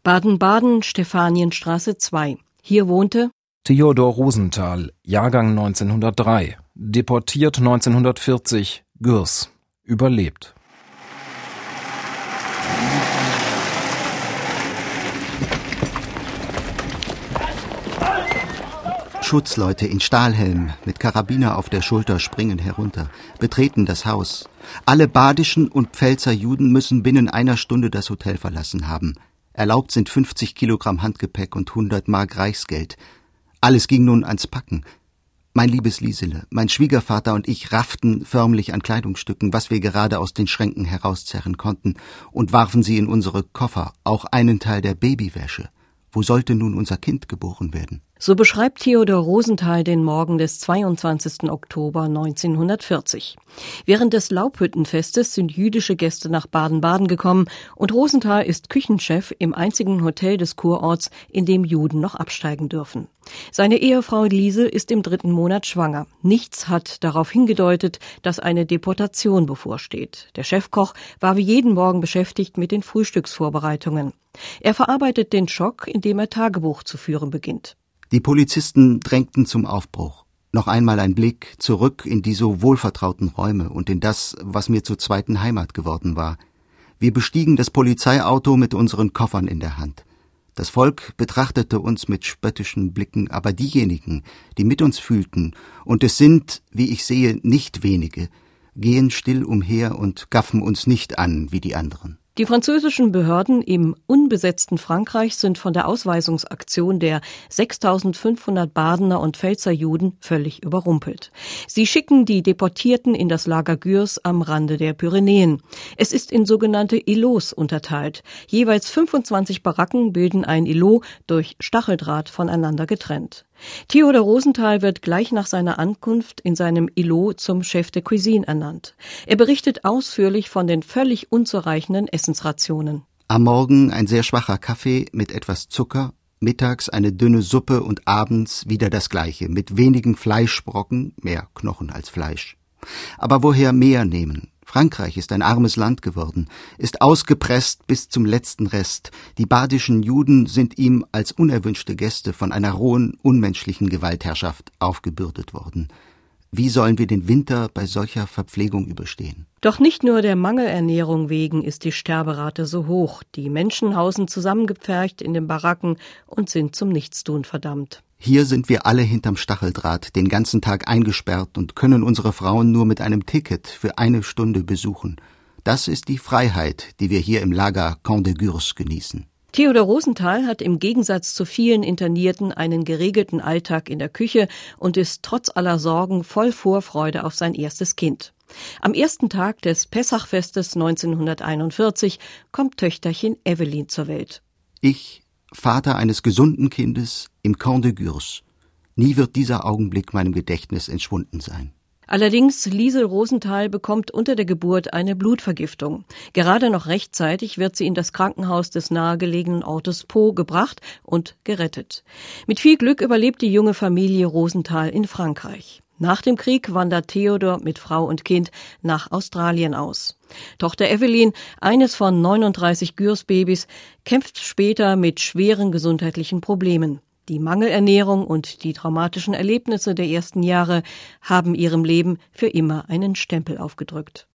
Baden-Baden, Stefanienstraße 2. Hier wohnte Theodor Rosenthal, Jahrgang 1903, deportiert 1940, Gürs, überlebt. Schutzleute in Stahlhelm mit Karabiner auf der Schulter springen herunter, betreten das Haus. Alle badischen und Pfälzer Juden müssen binnen einer Stunde das Hotel verlassen haben. Erlaubt sind 50 Kilogramm Handgepäck und 100 Mark Reichsgeld. Alles ging nun ans Packen. Mein liebes Liesele, mein Schwiegervater und ich rafften förmlich an Kleidungsstücken, was wir gerade aus den Schränken herauszerren konnten, und warfen sie in unsere Koffer, auch einen Teil der Babywäsche. Wo sollte nun unser Kind geboren werden? So beschreibt Theodor Rosenthal den Morgen des 22. Oktober 1940. Während des Laubhüttenfestes sind jüdische Gäste nach Baden-Baden gekommen und Rosenthal ist Küchenchef im einzigen Hotel des Kurorts, in dem Juden noch absteigen dürfen. Seine Ehefrau Liese ist im 3. Monat schwanger. Nichts hat darauf hingedeutet, dass eine Deportation bevorsteht. Der Chefkoch war wie jeden Morgen beschäftigt mit den Frühstücksvorbereitungen. Er verarbeitet den Schock, indem er Tagebuch zu führen beginnt. Die Polizisten drängten zum Aufbruch. Noch einmal ein Blick zurück in die so wohlvertrauten Räume und in das, was mir zur zweiten Heimat geworden war. Wir bestiegen das Polizeiauto mit unseren Koffern in der Hand. Das Volk betrachtete uns mit spöttischen Blicken, aber diejenigen, die mit uns fühlten, und es sind, wie ich sehe, nicht wenige, gehen still umher und gaffen uns nicht an wie die anderen. Die französischen Behörden im unbesetzten Frankreich sind von der Ausweisungsaktion der 6.500 Badener und Pfälzer Juden völlig überrumpelt. Sie schicken die Deportierten in das Lager Gürs am Rande der Pyrenäen. Es ist in sogenannte Îlots unterteilt. Jeweils 25 Baracken bilden ein Îlot, durch Stacheldraht voneinander getrennt. Theodor Rosenthal wird gleich nach seiner Ankunft in seinem Îlot zum Chef de Cuisine ernannt. Er berichtet ausführlich von den völlig unzureichenden Essensrationen. Am Morgen ein sehr schwacher Kaffee mit etwas Zucker, mittags eine dünne Suppe und abends wieder das Gleiche, mit wenigen Fleischbrocken, mehr Knochen als Fleisch. Aber woher mehr nehmen? Frankreich ist ein armes Land geworden, ist ausgepresst bis zum letzten Rest. Die badischen Juden sind ihm als unerwünschte Gäste von einer rohen, unmenschlichen Gewaltherrschaft aufgebürdet worden. Wie sollen wir den Winter bei solcher Verpflegung überstehen? Doch nicht nur der Mangelernährung wegen ist die Sterberate so hoch. Die Menschen hausen zusammengepfercht in den Baracken und sind zum Nichtstun verdammt. Hier sind wir alle hinterm Stacheldraht, den ganzen Tag eingesperrt und können unsere Frauen nur mit einem Ticket für eine Stunde besuchen. Das ist die Freiheit, die wir hier im Lager Camp de Gürs genießen. Theodor Rosenthal hat im Gegensatz zu vielen Internierten einen geregelten Alltag in der Küche und ist trotz aller Sorgen voll Vorfreude auf sein erstes Kind. Am ersten Tag des Pessachfestes 1941 kommt Töchterchen Evelyn zur Welt. Ich, Vater eines gesunden Kindes im Camp de Gürs. Nie wird dieser Augenblick meinem Gedächtnis entschwunden sein. Allerdings, Liesel Rosenthal bekommt unter der Geburt eine Blutvergiftung. Gerade noch rechtzeitig wird sie in das Krankenhaus des nahegelegenen Ortes Po gebracht und gerettet. Mit viel Glück überlebt die junge Familie Rosenthal in Frankreich. Nach dem Krieg wandert Theodor mit Frau und Kind nach Australien aus. Tochter Evelyn, eines von 39 Gürs-Babys, kämpft später mit schweren gesundheitlichen Problemen. Die Mangelernährung und die traumatischen Erlebnisse der ersten Jahre haben ihrem Leben für immer einen Stempel aufgedrückt.